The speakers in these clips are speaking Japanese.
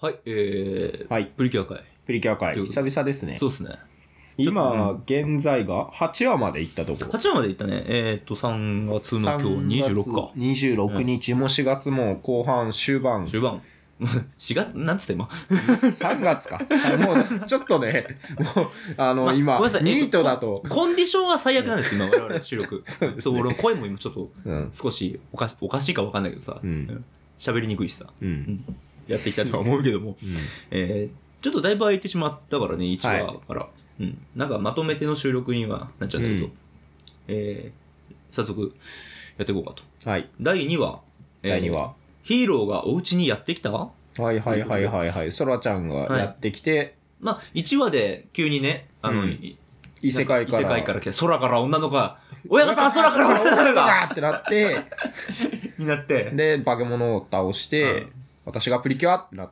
はい、 はい、 プリキュア会。 プリキュア会、久々ですね。 そうですね。 今、現在が8話まで行ったところ。 8話まで行ったね。3月の今日26か。 26日、もう4月も後半終盤。 4月なんつった今 3月か。もう、ちょっとね、もう、今、ニートだと。 コンディションは最悪なんです今、我々収録。 そうですね。 俺の声も今ちょっと、少しおかしいか分かんないけどさ、喋りにくいしさ、やっていきたいとは思うけども、ちょっとだいぶ空いてしまったからね、1話から。なんかまとめての収録にはなっちゃうんだけど、早速やっていこうかと。 はい。 第2話。 第2話。 ヒーローがお家にやってきた？ はい。ソラちゃんがやってきて。 まあ、1話で急にね、 異世界から来て、空から女の子が、親方空から女の子がってなって、 になって。 で、化け物を倒して、私がプリキュアってなって、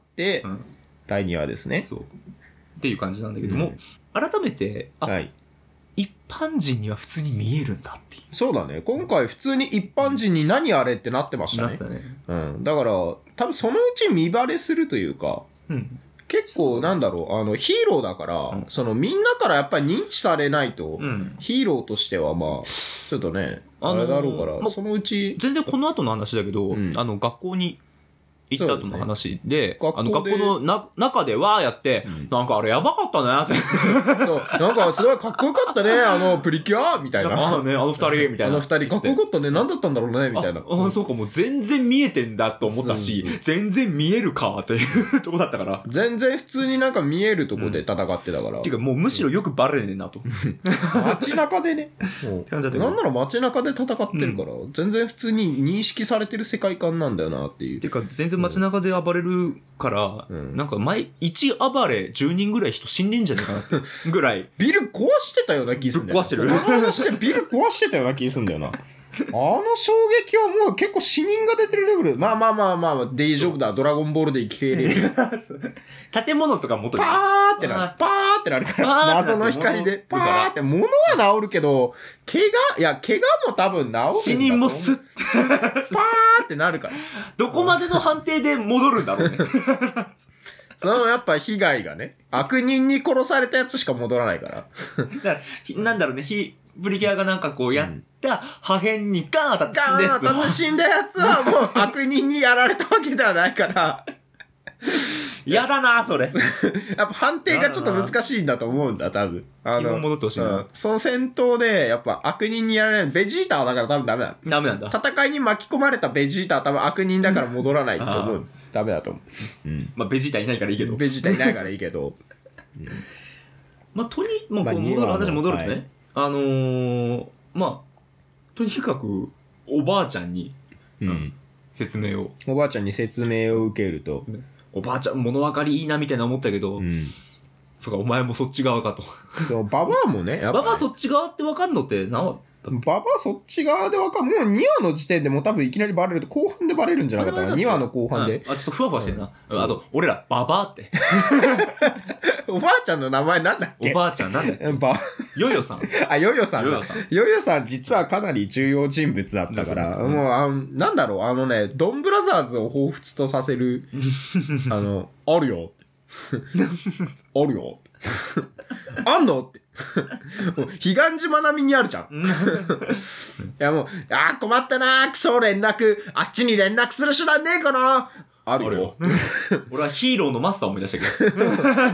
第2話ですね。 そう。っていう感じなんだけども、改めて、一般人には普通に見えるんだっていう。 そうだね。今回普通に一般人に何あれってなってましたね。 なったね。 だから、多分そのうち見バレするというか、結構なんだろう、ヒーローだから、そのみんなからやっぱり認知されないと、ヒーローとしてはまあ、ちょっとね、あれだろうから、そのうち。 全然この後の話だけど、学校に、行った後の話で、学校の中でわーやって、なんかあれやばかったねって。 そう、なんかすごいかっこよかったね、プリキュアみたいな。 あの二人みたいな。 あの二人かっこよかったね、何だったんだろうねみたいな。 そうか、もう全然見えてんだと思ったし、全然見えるかっていうとこだったから。 全然普通になんか見えるとこで戦ってたから。 ていうかもうむしろよくバレねえなと。 街中でね。なんなら街中で戦ってるから、全然普通に認識されてる世界観なんだよなっていう。 ていうか全然街中で暴れるから、なんか1暴れ10人ぐらい人死んでんじゃねえかなってぐらい。 ビル壊してたような気すんだよ。 ぶっ壊してる。 この話でビル壊してたような気すんだよな。あの衝撃はもう結構死人が出てるレベル。まあ、大丈夫だ。ドラゴンボールで生きている。 建物とか元に。 パーってなるから。謎の光で。パーって。物は治るけど、怪我も多分治るんだと。 死人もスッて。 パーってなるから。 どこまでの判定で戻るんだろうね。 そのやっぱ被害がね、悪人に殺されたやつしか戻らないから。 だからなんだろうね、プリキュアがなんかこうやった破片にガーン当たって死んだやつはもう悪人にやられたわけではないから。 やだなそれ。 やっぱ判定がちょっと難しいんだと思うんだ、多分。 基本戻ってほしいな。 その戦闘で、やっぱ悪人にやられる。ベジータはだから多分ダメだ。 ダメなんだ。 戦いに巻き込まれたベジータは多分悪人だから戻らないと思う。ダメだと思う。 まあベジータいないからいいけど。 ベジータいないからいいけど。 まあ話戻るとね。まあ、とにかく、おばあちゃんに、説明を。 おばあちゃんに説明を受けると。 おばあちゃん物分かりいいなみたいな思ったけど、そうか、お前もそっち側かと。 ババアもね、 ババアそっち側って分かんのってババアそっち側で分かん、もう2話の時点でもう多分いきなりバレると後半でバレるんじゃなかったかな。2話の後半で。 ちょっとふわふわしてんな。あと、俺ら、ババアって。 おばあちゃんの名前なんだっけ？ おばあちゃんなんだっけ？ヨヨさん。 ヨヨさん。ヨヨさん実はかなり重要人物だったから、もう、なんだろう、ドンブラザーズを彷彿とさせる、あるよ。あるよ。あんのって。彼岸島並みにあるじゃん。いやもう、困ったなクソ連絡、あっちに連絡する手段ねえかなあるよ。 俺はヒーローのマスター思い出したけど。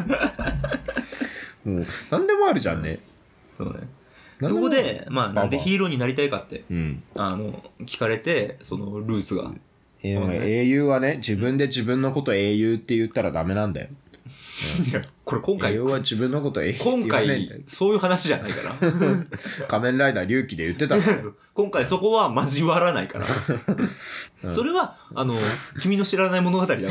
もう、なんでもあるじゃんね。 そうね。そこで、なんでヒーローになりたいかって、聞かれて、そのルーツが。 英雄はね、自分で自分のこと英雄って言ったらダメなんだよ。 いや、これ今回。 英雄は自分のこと英雄って言わないんだよ。 今回、そういう話じゃないから。 仮面ライダー龍騎で言ってた今回そこは交わらないから。それは、君の知らない物語だから、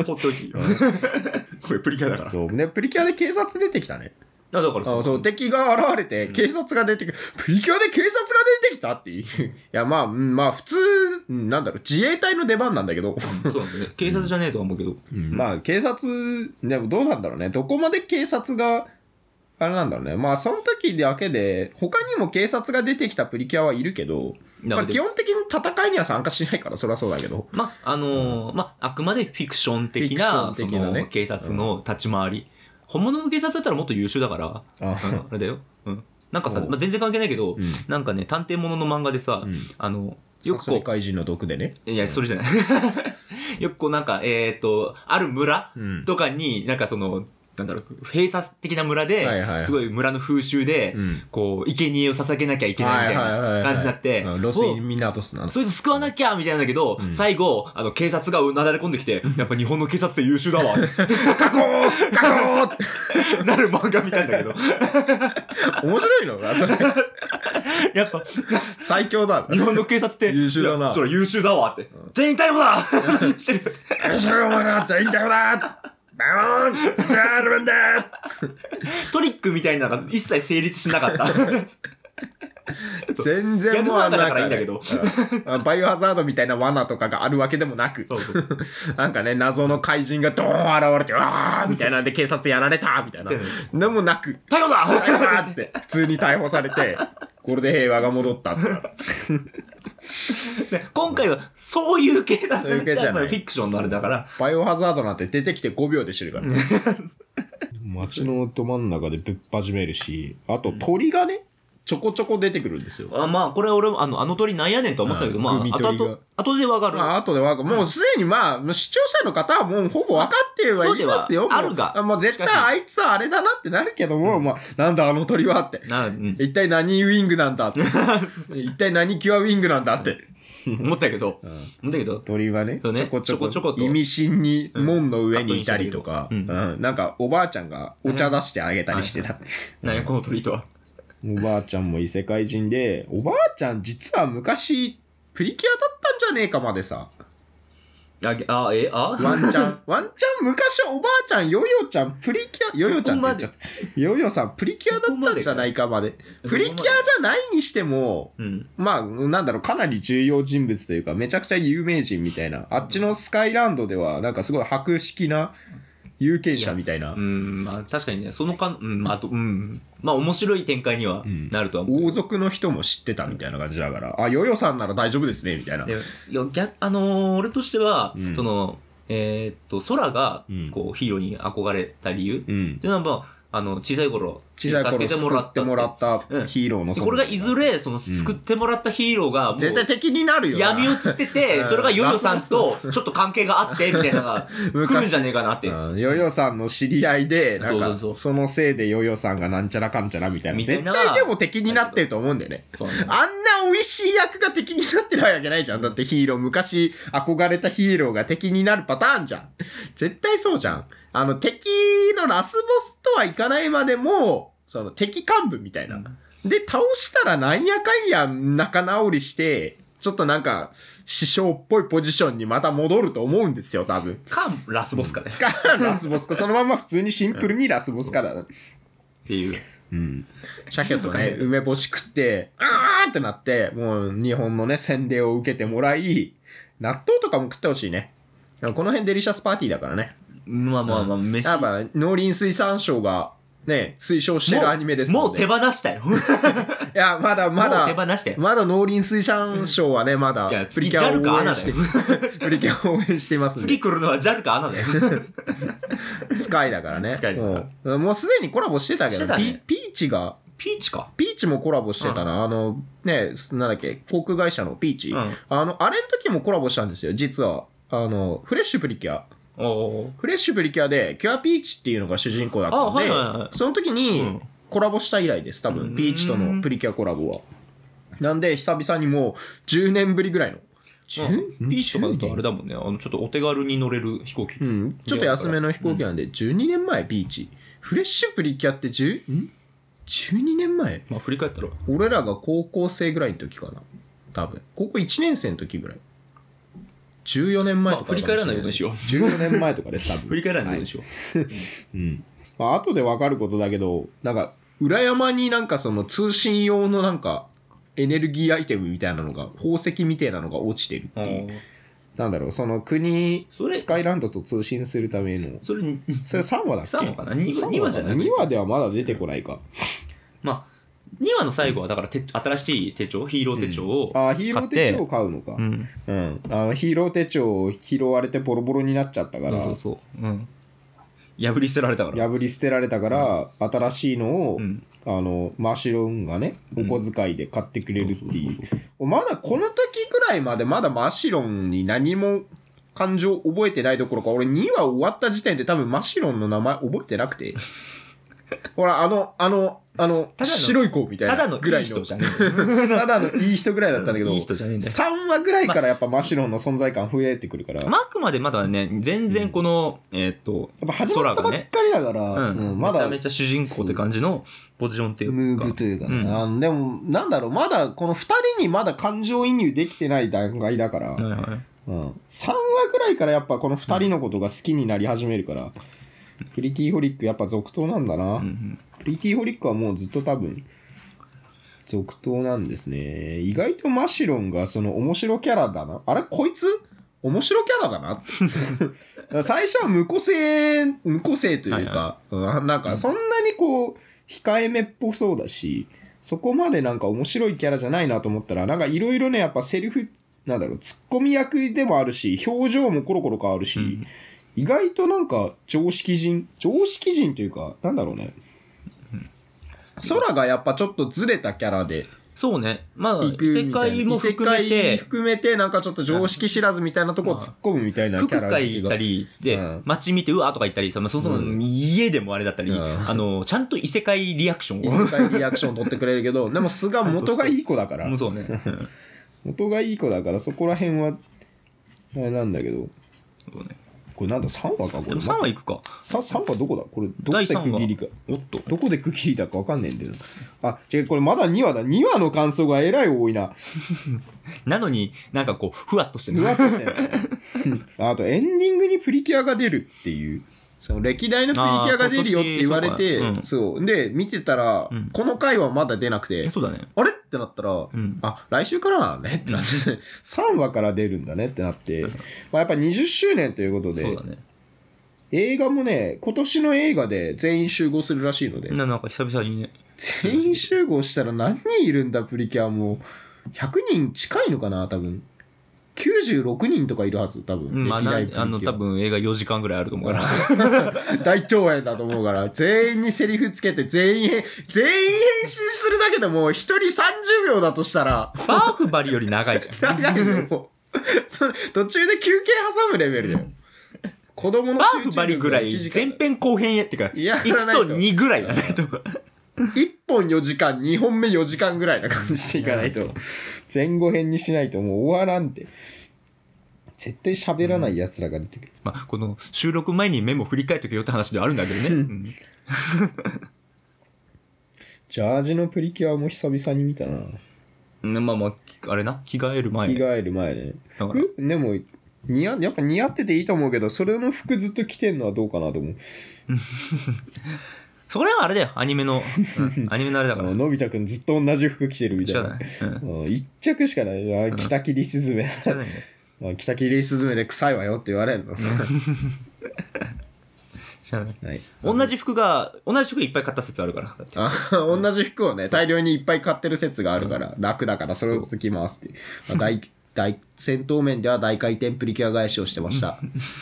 ほっといていいよ。これプリキュアだから。 そうね、プリキュアで警察出てきたね。 だからそう、敵が現れて、警察が出てくる。プリキュアで警察が出てきたっていう。いや、まあ、普通、なんだろう、自衛隊の出番なんだけど。 そうなんだね。警察じゃねえとは思うけど。 まあ、警察、でもどうなんだろうね。どこまで警察が、あれなんだろうね。まあ、その時だけで、他にも警察が出てきたプリキュアはいるけど、 まあ、基本的に戦いには参加しないからそりゃそうだけど、 あくまでフィクション的な、その警察の立ち回り、本物の警察だったらもっと優秀だから、あれだよ。なんかさ、全然関係ないけど、なんかね、探偵ものの漫画でさ、 よくこう。怪人の毒でね。 いや、それじゃない。よくこうなんか、ある村とかに、なんかその、なんだろう、閉鎖的な村で、すごい村の風習で、こう、生贄を捧げなきゃいけないみたいな感じになって、 ロスインミナートスなの。 そいつ救わなきゃみたいなんだけど、最後、警察がなだれ込んできて、やっぱ日本の警察って優秀だわ。 カコーカコーなる漫画見たんだけど。 面白いのかそれ。 やっぱ、 最強だ。 日本の警察って優秀だな。 それ優秀だわって。全員逮捕だしてる。 お前ら全員逮捕だバーンジャールマンだトリックみたいなのが一切成立しなかった。 全然もうだからいいんだけど。 バイオハザードみたいな罠とかがあるわけでもなく。 そうそうなんかね、謎の怪人がドーン現れて、わーみたいなんで警察やられたみたいな。でもなく、 逮捕だ逮捕だっつって、普通に逮捕されて、これで平和が戻ったって。 今回はそういう警察フィクションのあれだから。 バイオハザードなんて出てきて5秒で知るからね。街のど真ん中でぶっ始めるし、あと鳥がね、ちょこちょこ出てくるんですよ。 まあ、これ俺、鳥なんやねんと思ったけど、まあ、後でわかる。 後でわかる。もうすでに視聴者の方はもうほぼわかってはいますよ。 あるが。 もう絶対あいつはあれだなってなるけども、なんだあの鳥はって。一体何ウィングなんだって。一体何キュアウィングなんだって。 思ったけど、 鳥はね、ちょこちょこ意味深に門の上にいたりとか、なんかおばあちゃんがお茶出してあげたりしてた。 何やこの鳥とは。 おばあちゃんも異世界人で、おばあちゃん実は昔プリキュアだったんじゃねえかまでさ。ワンチャン昔おばあちゃんヨヨちゃんプリキュアヨヨちゃんって言っちゃったヨヨさんプリキュアだったんじゃないかまでプリキュアじゃないにしても、まあなんだろうかなり重要人物というかめちゃくちゃ有名人みたいなあっちのスカイランドではなんかすごい博識な有権者みたいな。 まあ確かにね、まあ面白い展開にはなるとは思う。 王族の人も知ってたみたいな感じだから、ヨヨさんなら大丈夫ですね、みたいな。 俺としては、空が、こう、ヒーローに憧れた理由っていうのは、小さい頃、 助けてもらったヒーローのこれがいずれ、救ってもらったヒーローが、 絶対敵になるよ。 闇落ちしてて、それがヨヨさんとちょっと関係があって、みたいなのが来るんじゃねえかなって。 ヨヨさんの知り合いで、なんか、そのせいでヨヨさんがなんちゃらかんちゃらみたいな。絶対でも敵になってると思うんだよね。あんな美味しい役が敵になってないわけないじゃん。だってヒーロー、昔憧れたヒーローが敵になるパターンじゃん。絶対そうじゃん。敵のラスボスとはいかないまでも、敵幹部みたいな。で、倒したらなんやかんや仲直りして、ちょっとなんか、師匠っぽいポジションにまた戻ると思うんですよ、多分。 ラスボスかね。 ラスボスか。そのまま普通にシンプルにラスボスかだな。 っていう。 鮭とね、梅干し食って、あーってなって、もう日本のね、洗礼を受けてもらい、納豆とかも食ってほしいね。この辺デリシャスパーティーだからね。 飯。 やっぱ農林水産省がね、推奨してるアニメですので。 もう手放したよ。 いや、まだ。 もう手放したよ。 まだ農林水産省はね、まだ。 いや、プリキュアを応援して。 プリキュアを応援してますね。次来るのは JAL かアナだよ。 スカイだからね。 スカイだから。 もうすでにコラボしてたけど、ピーチが。 ピーチか。 ピーチもコラボしてたな。ね、なんだっけ、航空会社のピーチ。あれの時もコラボしたんですよ、実は。フレッシュプリキュア。フレッシュプリキュアで、キュアピーチっていうのが主人公だったんで、その時にコラボした以来です、多分。ピーチとのプリキュアコラボは。なんで、久々にもう10年ぶりぐらいの。 ピーチとかだとあれだもんね。ちょっとお手軽に乗れる飛行機。 ちょっと安めの飛行機なんで、12年前、ピーチ。フレッシュプリキュアって12年前？ まあ、振り返ったら。 俺らが高校生ぐらいの時かな。多分。高校1年生の時ぐらい。14年前とか。 振り返らないようにしよう。 14年前とかです、多分。 振り返らないようにしよう。後でわかることだけど、なんか、裏山になんか通信用のなんか、エネルギーアイテムみたいなのが、宝石みたいなのが落ちてるっていう。なんだろう、スカイランドと通信するための。それ3話だっけ？ 3話かな？ 2話じゃない？ 2話ではまだ出てこないか。 まあ、 2話の最後はだから新しい手帳、ヒーロー手帳を買って、ヒーロー手帳を買うのか。ヒーロー手帳を拾われてボロボロになっちゃったから。 そう。破り捨てられたから。 新しいのを、マーシロンがね、お小遣いで買ってくれるっていう。まだこの時ぐらいまでまだマーシロンに何も感情覚えてないどころか、俺2話終わった時点で多分マシロンの名前覚えてなくて。ほら、白い子みたいな。 ただのいい人じゃねえただのいい人ぐらいだったんだけど、 いい人じゃねえんだよ。 3話ぐらいからやっぱマシロンの存在感増えてくるから。 あくまでまだね、全然この、 やっぱ始まったばっかりだから、 まだめちゃめちゃ主人公って感じのポジションっていうか。 ムーブというかね。でも、なんだろう、まだこの2人にまだ感情移入できてない段階だから、3話ぐらいからやっぱこの2人のことが好きになり始めるから、プリティホリックやっぱ続投なんだな。プリティホリックはもうずっと多分続投なんですね。意外とマシロンがその面白キャラだな。あれこいつ面白キャラだな。最初は無個性というか、なんかそんなにこう控えめっぽそうだし、そこまでなんか面白いキャラじゃないなと思ったら、なんかいろいろねやっぱセルフなんだろうツッコミ役でもあるし、表情もコロコロ変わるし。意外となんか常識人というかなんだろうね、空がやっぱちょっとずれたキャラでそうねまあ異世界も含めてなんかちょっと常識知らずみたいなとこを突っ込むみたいなキャラが行ったりで、街見てうわーとか言ったりさ、その家でもあれだったり、ちゃんと異世界リアクション取ってくれるけどでも素が元がいい子だからそうね元がいい子だからそこら辺はあれなんだけどそうねこれなんだ3話かこれ。 でも3話いくか。 3話どこだこれどこで区切りか。 おっと。 どこで区切りだかわかんないんだよ。あ、違うこれまだ2話だ。2話の感想がえらい多いな。 なのになんかこうふわっとしてる。 ふわっとしてる。あとエンディングにプリキュアが出るっていう。その歴代のプリキュアが出るよって言われて、そうで見てたら、この回はまだ出なくて、 そうだね。 あれってなったら、あ来週からなんだねってなって、3話から出るんだねってなって、まあやっぱ20周年ということで、 そうだね。 映画もね今年の映画で全員集合するらしいので、 なんか久々にね。 全員集合したら何人いるんだプリキュアも100人近いのかな多分。96人とかいるはず多分、 まあ、多分映画4時間ぐらいあると思うから大長編だと思うから全員にセリフつけて全員編集するだけでも1人30秒だとしたらバーフバリより長いじゃん長いよもう途中で休憩挟むレベルだよ子供のバーフバリぐらい前編後編へってか1と2ぐらいやないと 1本4時間2本目4時間ぐらいな感じでいかないと前後編にしないともう終わらんって絶対喋らない奴らが出てくる、 まあこの収録前にメモ振り返っとけよって話ではあるんだけどね、 ジャージのプリキュアも久々に見たな。 まああれな着替える前ね服でもやっぱ似合ってていいと思うけどそれの服ずっと着てんのはどうかなと思うそれはあれだよアニメのあれだからのび太くんずっと同じ服着てるみたいな、一着しかない北切りスズメ北切りスズメで臭いわよって言われるの知らない、はい、同じ服いっぱい買った説あるから同じ服をね大量にいっぱい買ってる説があるから、楽だからそれを続きますって、大戦闘面では大回転プリキュア返しをしてました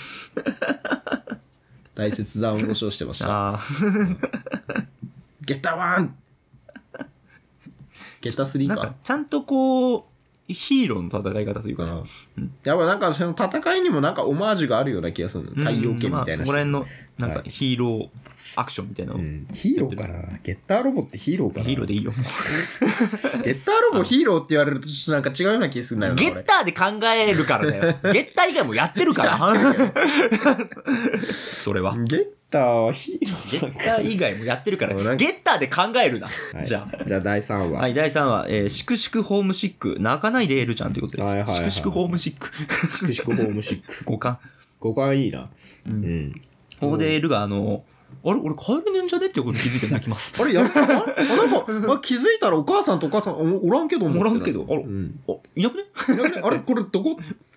大切断をご唱してましたゲッター1ゲッター3かなんかちゃんとこうヒーローの戦い方というかな、 やっぱなんかその戦いにもなんかオマージュがあるような気がするの、太陽圏みたいな、 そこら辺のなんかヒーローアクションみたいなの、 ヒーローかなゲッターロボってヒーローかなヒーローでいいよゲッターロボヒーローって言われるとちょっとなんか違うような気がするんだよなゲッターで考えるからだよゲッター以外もやってるからそれはゲッターはヒーローゲッター以外もやってるからゲッターで考えるな、はい、じゃあ第3話はい第3話、しくしくホームシック泣かないでエルちゃんということで、しくしくホームシックしくしくホームシック 5 巻いいなここでエルがあれ俺帰れねえんじゃねってことに気づいて泣きますあれやったなんか気づいたらお母さんとお母さんおらんけどいなくねあれこれどこ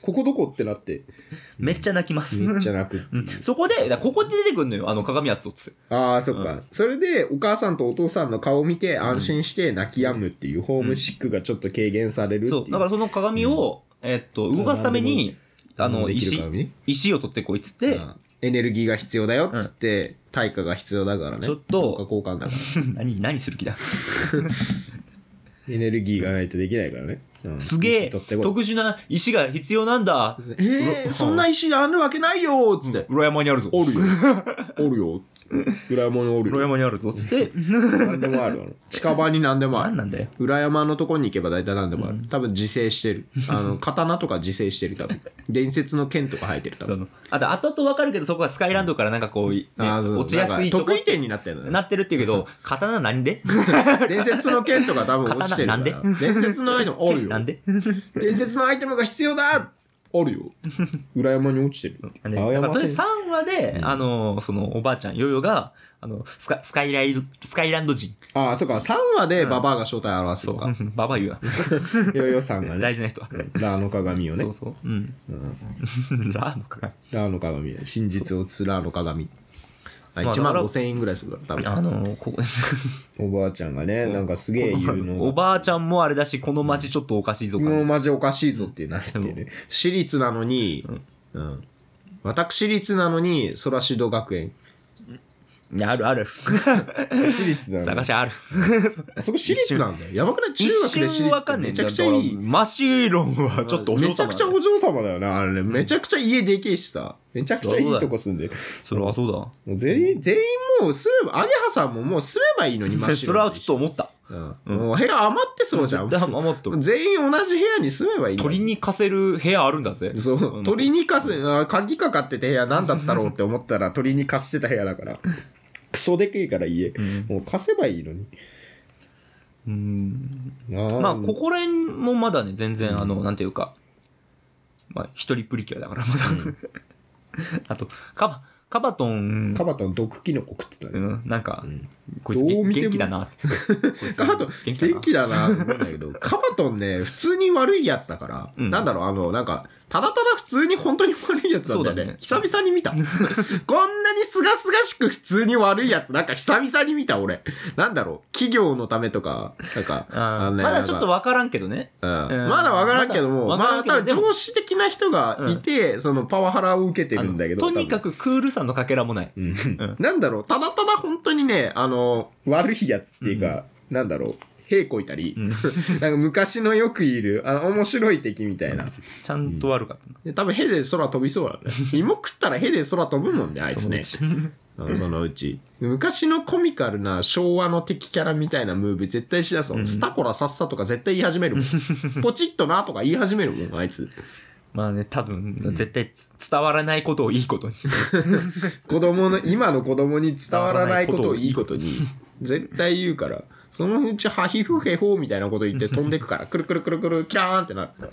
ここどこってなって。 めっちゃ泣きます。 めっちゃ泣く。 そこで、ここで出てくんのよ、鏡やつをつって。 ああ、そっか。それで、お母さんとお父さんの顔を見て安心して泣き止むっていう、ホームシックがちょっと軽減されるっていう。 そう。だからその鏡を、動かすために、石を取ってこいっつって、 エネルギーが必要だよっつって、対価が必要だからね。 ちょっと、 交換だから。 何する気だエネルギーがないとできないからね。 すげえ特殊な石が必要なんだ。 そんな石あるわけないよっつって。 裏山にあるぞ。 おるよ。おるよ。裏山におるよ。 裏山にあるぞっつって。 何でもある。近場に何でもある。 何なんだよ。 裏山のとこに行けば大体何でもある。多分自生してる。刀とか自生してる多分。伝説の剣とか生えてる多分。 あと後々わかるけどそこはスカイランドからなんかこう、落ちやすいとこ。 得意点になってるのね。 なってるって言うけど、刀なんで伝説の剣とか多分落ちてるから。 なんで伝説のアイテムあるよ。 なんで伝説のアイテムが必要だあるよ。裏山に落ちてる。 だから3話で、そのおばあちゃん、ヨヨが、スカイランド人。 ああ、そうか。3話でババアが正体を表すのか。 ババア言うな。 ヨヨさんがね。 大事な人は。 ラーの鏡をね。 そうそう。ラーの鏡。 ラーの鏡。真実を映すラーの鏡。1万5千円ぐらいするから、多分。おばあちゃんがね、なんかすげえ言うの。 おばあちゃんもあれだし、この町ちょっとおかしいぞ。 この町おかしいぞってなってる。私立なのに、私立なのに、ソラシド学園。 いや、ある。 私立なの。 探しある。 そこ私立なんだよ。やばくない？中学で私立ってめちゃくちゃいい。 マシーロンはちょっとお嬢様。 めちゃくちゃお嬢様だよな。あれね。めちゃくちゃ家でけえしさ。めちゃくちゃいいとこ住んでる。 それはそうだ。 もう全員もう住めば、アゲハさんももう住めばいいのにマシーロン。 それはちょっと思った。 もう部屋余ってそうじゃん。全員同じ部屋に住めばいい。 鳥に貸せる部屋あるんだぜ。 そう。鳥に貸す、鍵かかってて部屋なんだったろうって思ったら鳥に貸してた部屋だから。クソでけえから家。もう貸せばいいのに。 まあ、ここら辺もまだね、全然、なんていうか、まあ、一人プリキュアだからまだ。あと、カバトン毒キノコ食ってたね。 なんか、こいつ元気だな。 カバトン元気だなって思うんだけど、カバトンね、普通に悪いやつだから、なんだろう、なんか、ただただ普通に本当に悪いやつなんだよね。久々に見た。こんなにすがすがしく普通に悪いやつ、なんか久々に見た俺。なんだろう、企業のためとか、なんか、 まだちょっとわからんけどね。 まだわからんけども、まあ多分上司的な人がいて、そのパワハラを受けてるんだけど。 とにかくクールさのかけらもない。 なんだろう、ただただ本当にね、悪いやつっていうか、なんだろう、屁こいたり、なんか昔のよくいる、面白い敵みたいな。 ちゃんと悪かったな。多分、屁で空飛びそうだね。芋食ったら屁で空飛ぶもんね、あいつね。そのうち。昔のコミカルな昭和の敵キャラみたいなムーブ絶対しだそう。スタコラさっさとか絶対言い始めるもん。ポチッとなとか言い始めるもん、あいつ。 まあね、多分、絶対伝わらないことをいいことに。 今の子供に伝わらないことをいいことに、絶対言うから。そのうちハヒフヘホーみたいなこと言って飛んでくから、くるくるくるくる、キラーンってなる。い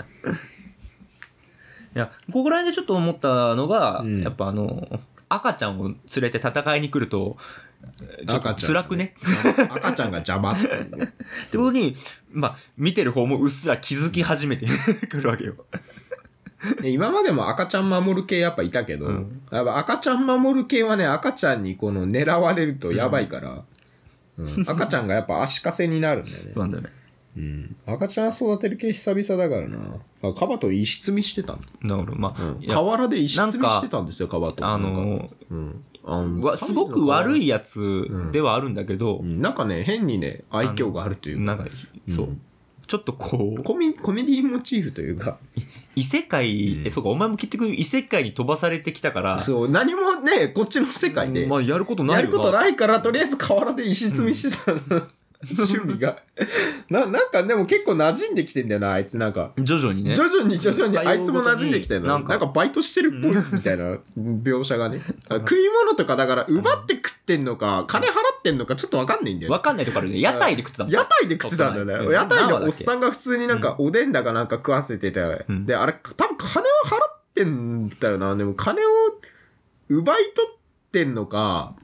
や、ここら辺でちょっと思ったのが、やっぱ赤ちゃんを連れて戦いに来ると、ちょっと辛くね。 赤ちゃんが邪魔ってことに、まあ、見てる方もうっすら気づき始めてくるわけよ。 今までも赤ちゃん守る系やっぱいたけど、やっぱ赤ちゃん守る系はね、赤ちゃんにこの狙われるとやばいから、赤ちゃんがやっぱ足かせになるんだよね。 そうなんだよね。赤ちゃん育てる系久々だからな。カバトン石積みしてたんだ。 なるほど。まあ、 河原で石積みしてたんですよ、カバトン。 すごく悪いやつではあるんだけど、 なんかね、変にね、愛嬌があるというか。 なんか、そう。ちょっとこうコメディモチーフというか異世界、そうかお前も結局異世界に飛ばされてきたからそう何もねこっちの世界で、 まあやることないよなやることないからとりあえず河原で石積みしてたの、趣味がなんかでも結構馴染んできてんだよなあいつなんか徐々にあいつも馴染んできてるのなんかバイトしてるっぽいみたいな描写がね食い物とかだから奪って食ってんのか金払ってんのかちょっと分かんないんだよね分かんないとこあるね屋台で食ってた屋台で食ってたんだよね屋台のおっさんが普通になんかおでんだかなんか食わせてて、であれ多分金は払ってんだよなでも金を奪い取ってんのか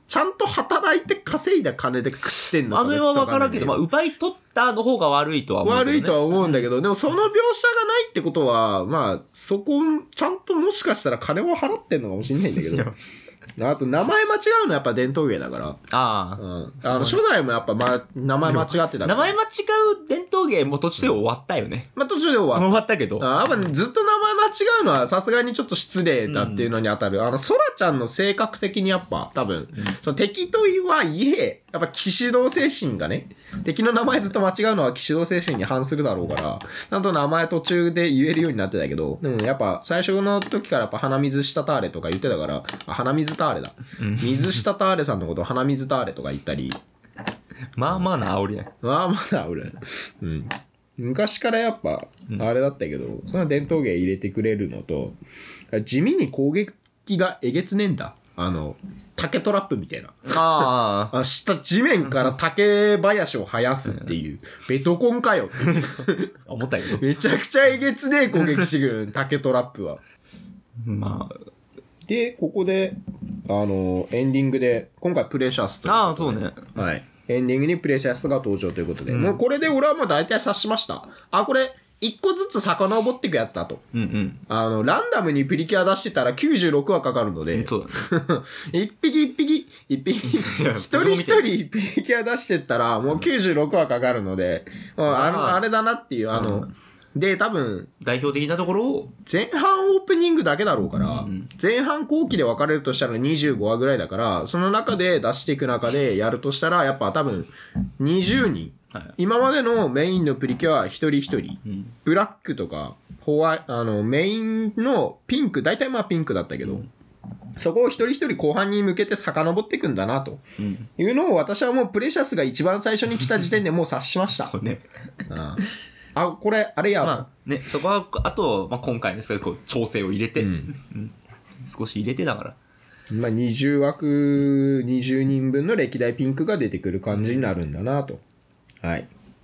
ちゃんと働いて稼いだ金で食ってんのかあの絵は分からんけど、まあ、奪い取ったの方が悪いとは思う、ね。 悪いとは思うんだけど、でもその描写がないってことは、まあ、そこ、ちゃんともしかしたら金を払ってんのかもしれないんだけど。あと、名前間違うのはやっぱ伝統芸だから。 ああ。初代もやっぱ、名前間違ってたから。 名前間違う伝統芸も途中で終わったよね。 まあ途中で終わったけど。 やっぱずっと名前間違うのはさすがにちょっと失礼だっていうのに当たる。ソラちゃんの性格的にやっぱ、多分、その敵とはいえ、やっぱ騎士道精神がね、敵の名前ずっと間違うのは騎士道精神に反するだろうから、ちゃんと名前途中で言えるようになってたけど、でもやっぱ最初の時からやっぱ鼻水したターレとか言ってたから、鼻水ターレだ。水下ターレさんのことを鼻水ターレとか言ったり。 まあまあな煽りね。 まあまあな煽り。うん。昔からやっぱ、あれだったけど、その伝統芸入れてくれるのと、地味に攻撃がえげつねえんだ。竹トラップみたいな。下地面から竹林を生やすっていう。ベトコンかよって思ったけど。 めちゃくちゃえげつねえ攻撃してくる、竹トラップは。 まあ。 で、ここで、エンディングで、今回プレシャスということで。 そうね。 はい。エンディングにプレシャスが登場ということで。もうこれで俺はもう大体察しました。これ、一個ずつ遡っていくやつだと。ランダムにプリキュア出してたら96話かかるので。 そうだね。 一人一人プリキュア出してったらもう96話かかるので、あれだなっていう、で、多分、 代表的なところを、 前半オープニングだけだろうから、前半後期で分かれるとしたら25話ぐらいだから、その中で出していく中でやるとしたら、やっぱ多分、20人。今までのメインのプリキュアは一人一人。ブラックとか、メインのピンク、大体まあピンクだったけど、そこを一人一人後半に向けて遡っていくんだな、というのを私はもうプレシャスが一番最初に来た時点でもう察しました。 そうね。 これ、あれや。 まあ、ね、そこは、あと、まあ、今回ですけど、調整を入れて、少し入れてだから。 まあ、20人分の歴代ピンクが出てくる感じになるんだなと。はい。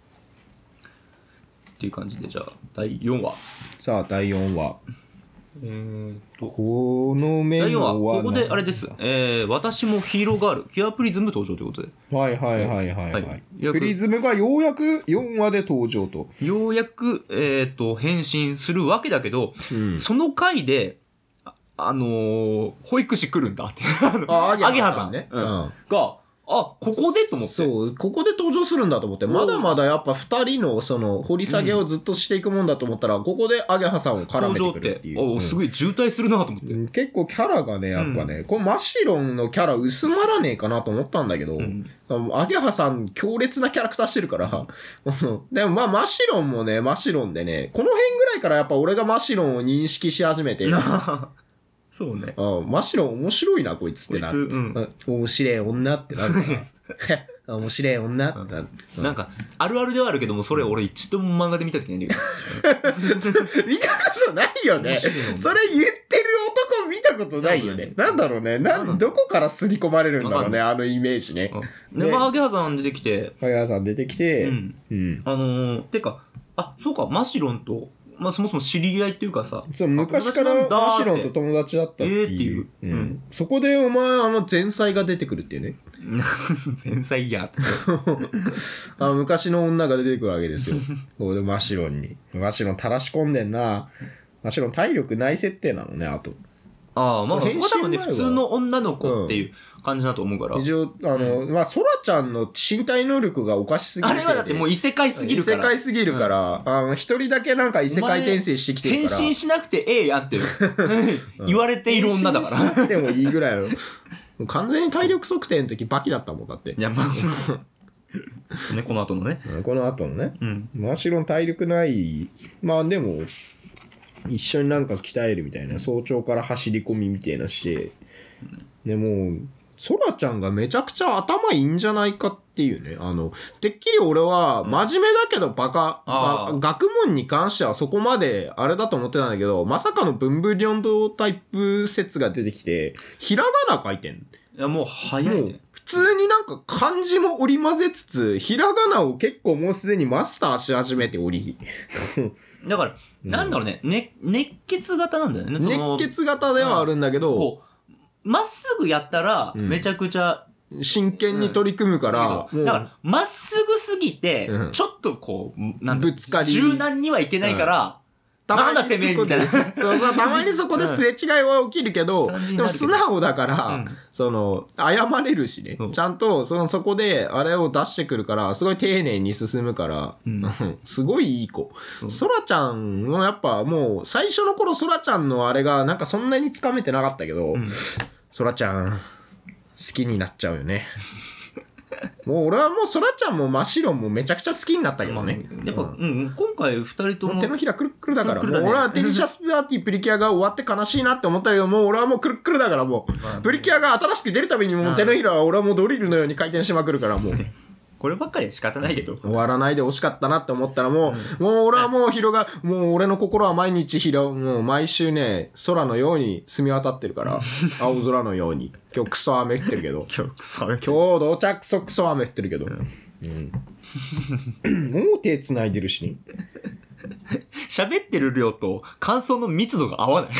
っていう感じで、じゃあ、第4話。 さあ、第4話。このメモはここであれです。私もヒーローガール、キュアプリズム登場ということで。 はい。プリズムがようやく4話で登場と。 ようやく、変身するわけだけど、その回で、保育士来るんだって。アゲハさんね。が、ここでと思って。 そう、ここで登場するんだと思って、まだまだやっぱ2人のその掘り下げをずっとしていくもんだと思ったら、ここでアゲハさんを絡めてくるっていう。 すごい渋滞するなと思って。 結構キャラがね、やっぱね、このマシロンのキャラ薄まらねえかなと思ったんだけど、アゲハさん強烈なキャラクターしてるから、でもまあマシロンもね、マシロンでね、この辺ぐらいからやっぱ俺がマシロンを認識し始めて、 そうね。 マシロン面白いな、こいつってなる。面白い女ってなるから。面白い女ってなる。 なんか、あるあるではあるけども、それ俺一度も漫画で見たときないんだけど。 見たことないよね。それ言ってる男見たことないよね。なんだろうね。どこから刷り込まれるんだろうね、あのイメージね。 で、アゲハさん出てきて。 アゲハさん出てきて。 てか、そうか、マシロンと、まあそもそも知り合いっていうかさ。 そう、昔からマシロンと友達だったっていう。そこでお前前妻が出てくるっていうね。 前妻やって。 昔の女が出てくるわけですよ。ここでマシロンに。マシロン垂らし込んでんな。マシロン体力ない設定なのね、あと。 まあそこは多分ね、普通の女の子っていう感じだと思うから。 一応、まあ、ソラちゃんの身体能力がおかしすぎる。 あれはだってもう異世界すぎるから。 異世界すぎるから、一人だけなんか異世界転生してきてるから。 変身しなくてええやんって言われている女だから。 変身しなくてもいいぐらいの。完全に体力測定の時バキだったもんだって。 いや、まあ。ね、この後のね。 この後のね。マシロン体力ない。まあでも、一緒になんか鍛えるみたいな、早朝から走り込みみたいなして、でも、ソラちゃんがめちゃくちゃ頭いいんじゃないかっていうね。てっきり俺は真面目だけどバカ、学問に関してはそこまであれだと思ってたんだけど、まさかの文武両道タイプ説が出てきて、ひらがな書いてん。 いや、もう早いね。 普通になんか漢字も織り交ぜつつ、ひらがなを結構もうすでにマスターし始めており。 だから、なんだろうね、熱血型なんだよね。 熱血型ではあるんだけど、 こう、まっすぐやったら、めちゃくちゃ真剣に取り組むから。 だから、まっすぐすぎて、ちょっとこう、なんだ、 ぶつかり。 柔軟にはいけないから、なんだてめえみたいな。 そうそう、たまにそこですれ違いは起きるけど、でも素直だから、謝れるしね。ちゃんと、そこで、あれを出してくるから、すごい丁寧に進むから、すごいいい子。ソラちゃんもやっぱもう、最初の頃ソラちゃんのあれが、なんかそんなにつかめてなかったけど、ソラちゃん、好きになっちゃうよね。もう俺はもうソラちゃんも真っ白もめちゃくちゃ好きになったけどね。 やっぱ、今回二人とも。 手のひらくるくるだから。もう俺はデリシャスパーティープリキュアが終わって悲しいなって思ったけど、もう俺はもうくるくるだからもう。プリキュアが新しく出るたびにもう手のひらは俺はもうドリルのように回転しまくるからもう。 こればっかりは仕方ないけど。 終わらないで惜しかったなって思ったらもう俺はもうもう俺の心は毎日もう毎週ね、空のように澄み渡ってるから、青空のように。今日クソ雨降ってるけど。今日到着クソ雨降ってるけど。もう手繋いでるしね。 喋ってる量と感想の密度が合わない。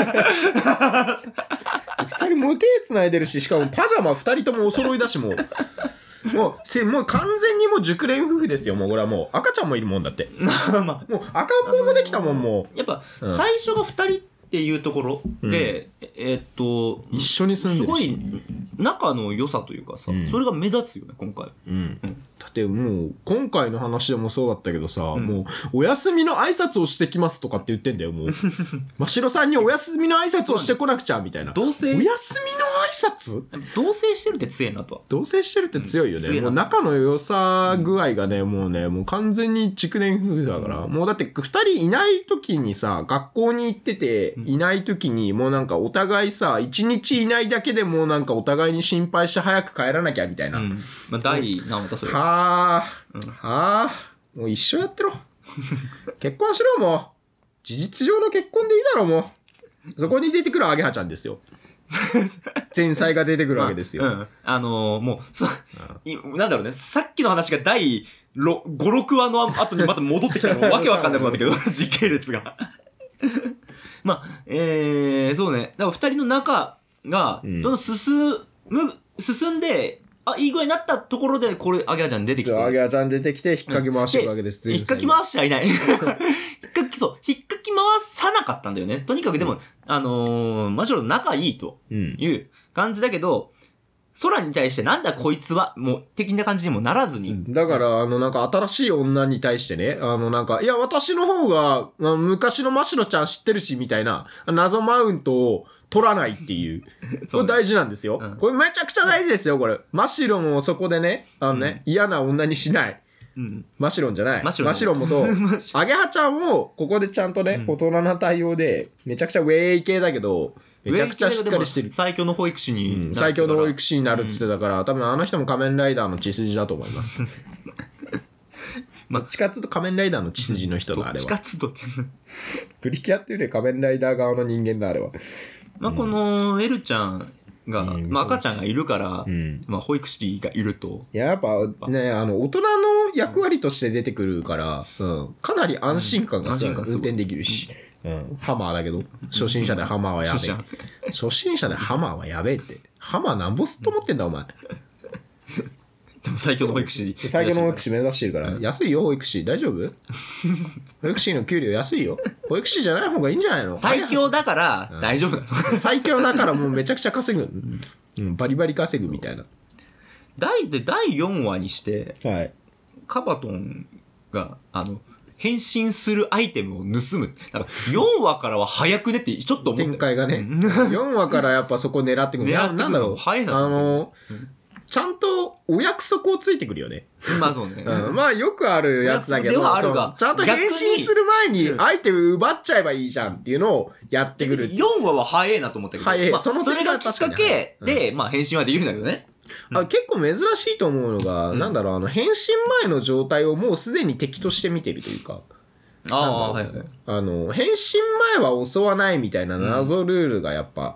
二人もう手繋いでるし、しかもパジャマ二人ともお揃いだしもう。もう完全にもう熟練夫婦ですよ。もうこれはもう赤ちゃんもいるもんだって。もう赤ん坊もできたもんもう。やっぱ最初が2人っていうところで、 一緒に住んでるし。 すごい仲の良さというかさ、それが目立つよね今回。 だってもう今回の話でもそうだったけどさ、もうお休みの挨拶をしてきますとかって言ってんだよもう。真城さんにお休みの挨拶をしてこなくちゃみたいな。お休みの挨拶？ 同棲してるって強いなとは。 同棲してるって強いよね。もう仲の良さ具合がね、もう完全に築年夫婦だから。もうだって2人いない時にさ、学校に行ってていない時にもうなんかお互いさ、1日いないだけでもうなんかお互いに心配して早く帰らなきゃみたいな。 まあ第何話それ。 もう一緒やってろ。結婚しろもう。事実上の結婚でいいだろもう。そこに出てくるアゲハちゃんですよ。前妻が出てくるわけですよ。 もうなんだろうね。さっきの話が第5、6話の後にまた戻ってきたのわけわかんなくなったけど、時系列が。まあ、そうね。だから二人の仲が、どんどん進んで、いい具合になったところで、これ、アゲハちゃん出てきて。 アゲハちゃん出てきて、引っかき回してるわけです。 引っかき回してはいない。引っかき回さなかったんだよね。とにかくでも、マジョロ仲いいという感じだけど、空に対してなんだこいつは、もう、的な感じにもならずに。 だから、なんか新しい女に対してね、なんか、いや、私の方が、昔のマシロちゃん知ってるし、みたいな、謎マウントを、取らないっていう。これ大事なんですよ。これめちゃくちゃ大事ですよ、これ。マシロもそこでね、嫌な女にしない。マシロンじゃない。マシロンもそう。アゲハちゃんも、ここでちゃんとね、大人な対応で、めちゃくちゃウェイ系だけど、めちゃくちゃしっかりしてる。 最強の保育士に。 最強の保育士になるって言ってたから、多分あの人も仮面ライダーの血筋だと思います。どっちかっつうと仮面ライダーの血筋の人だ、あれは。 どっちかっつうとって。 プリキュアっていうより仮面ライダー側の人間だ、あれは。 まあ、このエルちゃんが、まあ、赤ちゃんがいるから、まあ、保育士がいると。 いや、やっぱね、大人の役割として出てくるから、かなり安心感が運転できるし。ハマーだけど、初心者でハマーはやべえ。初心者でハマーはやべえって。ハマーなんぼすっと思ってんだ、お前。 でも最強の保育士。 最強の保育士目指してるから。安いよ、保育士。大丈夫？保育士の給料安いよ。保育士じゃない方がいいんじゃないの？ 最強だから大丈夫なの？ 最強だからもうめちゃくちゃ稼ぐ。バリバリ稼ぐみたいな。 第4話にして、 はい、 カバトンが、変身するアイテムを盗む。だから4話からは早くねってちょっと思った。 展開がね。4話からやっぱそこ狙ってくる。なんだろう。 早いなとちゃんとお約束をついてくるよね。 まあそうね。 まあよくあるやつだけど、ちゃんと変身する前にアイテム奪っちゃえばいいじゃんっていうのをやってくる。 4話は早いなと思ったけど。 早い。 それがきっかけで、まあ変身はできるんだけどね。 結構珍しいと思うのが、なんだろう、変身前の状態をもうすでに敵として見てるというか。 はいはい。 変身前は襲わないみたいな謎ルールがやっぱ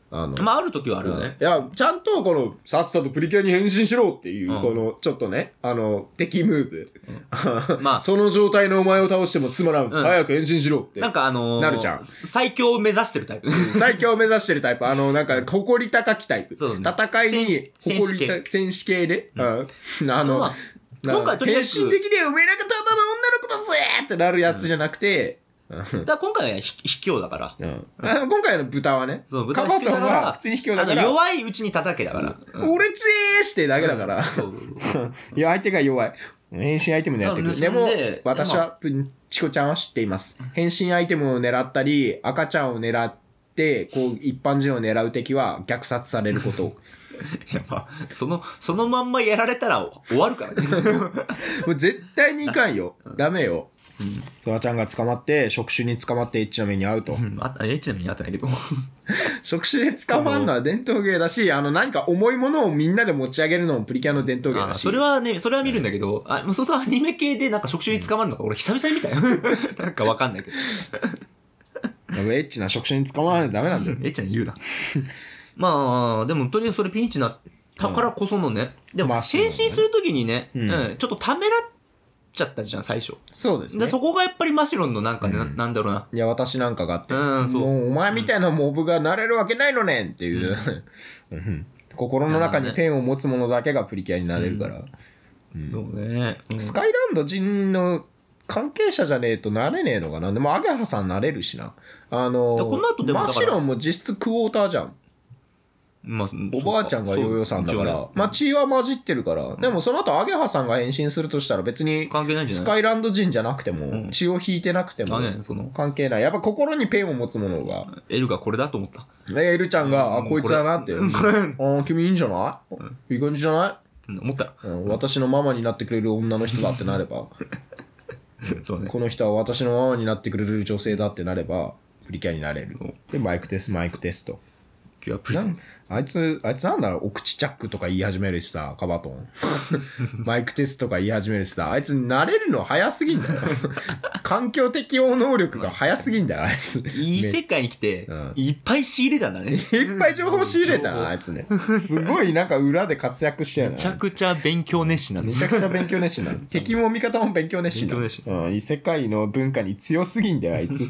まあある時はあるよね。 いや、ちゃんとこの、さっさとプリキュアに変身しろっていう、この、ちょっとね、敵ムーブ。まあ、その状態のお前を倒してもつまらん。早く変身しろって。 なんかなるじゃん。最強を目指してるタイプ。 最強を目指してるタイプ。なんか、誇り高きタイプ。戦いに、誇り高、戦士系で。今回とりあえず。変身できねえおめえなんかただの女の子だぜってなるやつじゃなくて、 だ今回は卑怯だから。 今回の豚はね、 そう、豚は卑怯だから、 普通に卑怯だから。 弱いうちに叩けだから。 俺つえーしてだけだから。いや、相手が弱い。変身アイテム狙ってくる。でも、私は、チコちゃんは知っています。変身アイテムを狙ったり、赤ちゃんを狙って、こう、一般人を狙う敵は虐殺されること。 やっぱ、そのまんまやられたら終わるからね。 もう絶対にいかんよ。ダメよ。トラちゃんが捕まって、触手に捕まってエッチな目に遭うと。 エッチな目に遭ってないけど。 触手で捕まるのは伝統芸だし、何か重いものをみんなで持ち上げるのもプリキュアの伝統芸だし。 それは見るんだけど、そうそう、アニメ系でなんか触手に捕まるのか、俺久々に見たよ。なんかわかんないけど。 エッチな触手に捕まらないとダメなんだよ。 エッチな言うな。まあ、でもとりあえずそれピンチになったからこそのね。でも、変身するときにね、ちょっとためらっちゃったじゃん、最初。 そうですね。 でそこがやっぱりマシロンのなんかね、なんだろうな。 いや、私なんかがあって。もう、お前みたいなモブがなれるわけないのねんっていう。心の中にペンを持つ者だけがプリキュアになれるから。 そうね。 スカイランド人の関係者じゃねえとなれねえのかな。でも、アゲハさんなれるしな。 この後でもマシロンも実質クォーターじゃん。おばあちゃんがヨーヨーさんだから、血は混じってるから、でもその後アゲハさんが変身するとしたら別にスカイランド人じゃなくても、血を引いてなくても関係ない。やっぱ心にペンを持つものが。 エルがこれだと思った。 エルちゃんが、こいつだなって。君いいんじゃないいい感じじゃない思った。 私のママになってくれる女の人だってなれば、この人は私のママになってくれる女性だってなれば、プリキュアになれる。で、マイクテスト。あいつなんだろう、お口チャックとか言い始めるしさ、カバトン。マイクテストとか言い始めるしさ、あいつ慣れるの早すぎんだよ。環境適応能力が早すぎんだよ、あいつ。 いい世界に来て、いっぱい仕入れたんだね。 いっぱい情報仕入れたな、あいつね。すごいなんか裏で活躍してるな。 めちゃくちゃ勉強熱心なの。 めちゃくちゃ勉強熱心なの。敵も味方も勉強熱心なの。異世界の文化に強すぎんだよ、あいつ。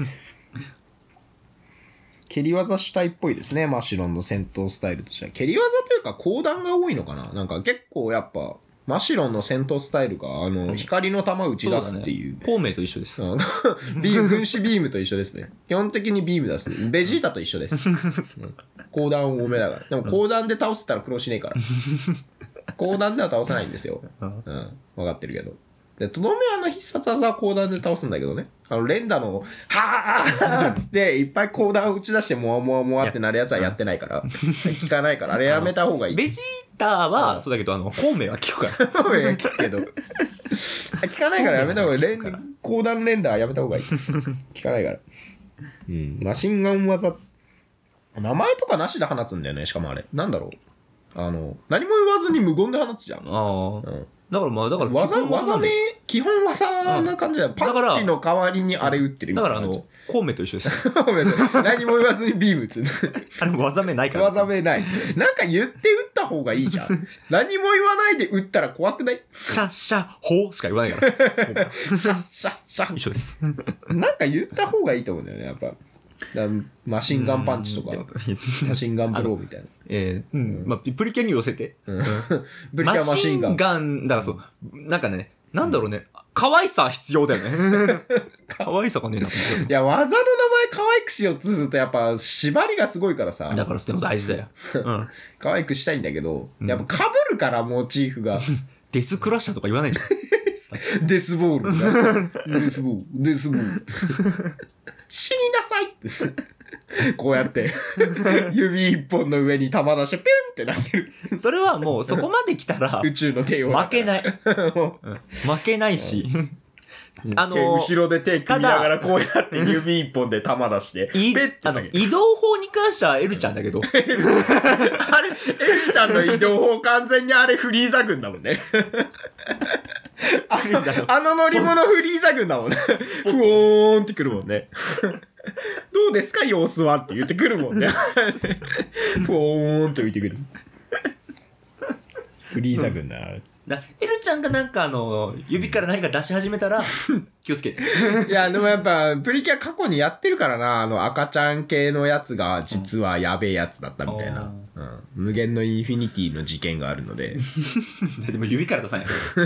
蹴り技主体っぽいですね、マシロンの戦闘スタイルとしては。蹴り技というか光弾が多いのかな。なんか結構やっぱ、マシロンの戦闘スタイルが、光の玉打ち出すっていう。 孔明と一緒です。 軍師ビームと一緒ですね。基本的にビーム出す。ベジータと一緒です。光弾多めだから。でも光弾で倒せたら苦労しねえから。光弾では倒せないんですよ。分かってるけど。で、とどめ必殺技は光弾で倒すんだけどね。連打の、はぁーっつって、いっぱい光弾を打ち出して、もわもわもわってなるやつはやってないから。効かないから、あれやめた方がいい。 ベジータは、そうだけど、孔明は効くから。 孔明は効くけど。効かないからやめた方がいい。光弾連打はやめた方がいい。効かないから。マシンガン技、名前とかなしで放つんだよね、しかもあれ。なんだろう。何も言わずに無言で放つじゃん。だから技名、基本技な感じだよ。パンチの代わりにあれ打ってるみたいな。 だから孔明と一緒です。 何も言わずにビーム打つ。 あれ技名ないから。 技名ない。なんか言って打った方がいいじゃん。何も言わないで打ったら怖くない？ シャッシャッホーしか言わないから。 シャッシャッシャッ。 一緒です。 なんか言った方がいいと思うんだよね、やっぱ。マシンガンパンチとか、マシンガンブローみたいな。 プリキュアに寄せて。 プリキュアマシンガン。 マシンガン、だからそう、なんかね、なんだろうね、可愛さ必要だよね。可愛さがねえな。いや、技の名前可愛くしようとすると、やっぱ縛りがすごいからさ。 だからでも大事だよ。 可愛くしたいんだけど、やっぱ被るから、モチーフが。 デスクラッシャーとか言わないじゃん。デスボール。デスボール。デスボール。死になさいってこうやって指一本の上に玉出してピュンって投げる。 それはもうそこまで来たら宇宙の帝王負けない。負けないし。 後ろで手組みながらこうやって指一本で玉出して移動法に関してはエルちゃんだけど。 あれ、エルちゃんの移動法完全にあれフリーザ軍だもんね。あの乗り物フリーザ軍だもんね。ふおーんってくるもんね。 どうですか様子はって言ってくるもんね。ポーンと言ってくる。フリーザ軍だな。 エルちゃんがなんか指から何か出し始めたら、気をつけて。 いや、でもやっぱ、プリキュア過去にやってるからな、赤ちゃん系のやつが、実はやべえやつだったみたいな。うん、無限のインフィニティの事件があるので。 でも指から出さない。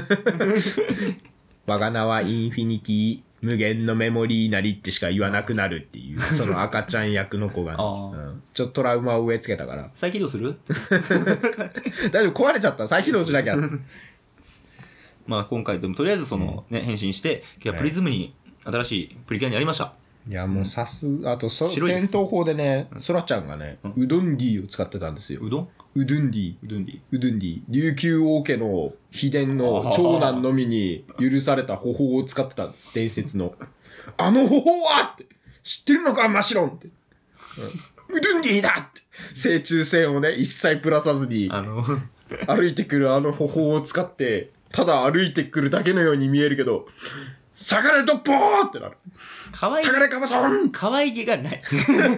我が名はインフィニティ、無限のメモリーなりってしか言わなくなるっていう、その赤ちゃん役の子が、ねうん、ちょっとトラウマを植え付けたから。 再起動する大丈夫、壊れちゃった。再起動しなきゃ。 まあ今回でもとりあえず変身して、プリズムに新しいプリキュアになりました。 いや、もうあと戦闘法でね、ソラちゃんがね、うどんディを使ってたんですよ。 うどんディ。琉球王家の秘伝の長男のみに許された方法を使ってたんです。伝説の。あの方法はって知ってるのかマシロンって。うどんディだって。正中線をね、一切プラさずに、歩いてくるあの方法を使って、ただ歩いてくるだけのように見えるけど、下がれドッポーってなる。下がれカバトン可愛げがない。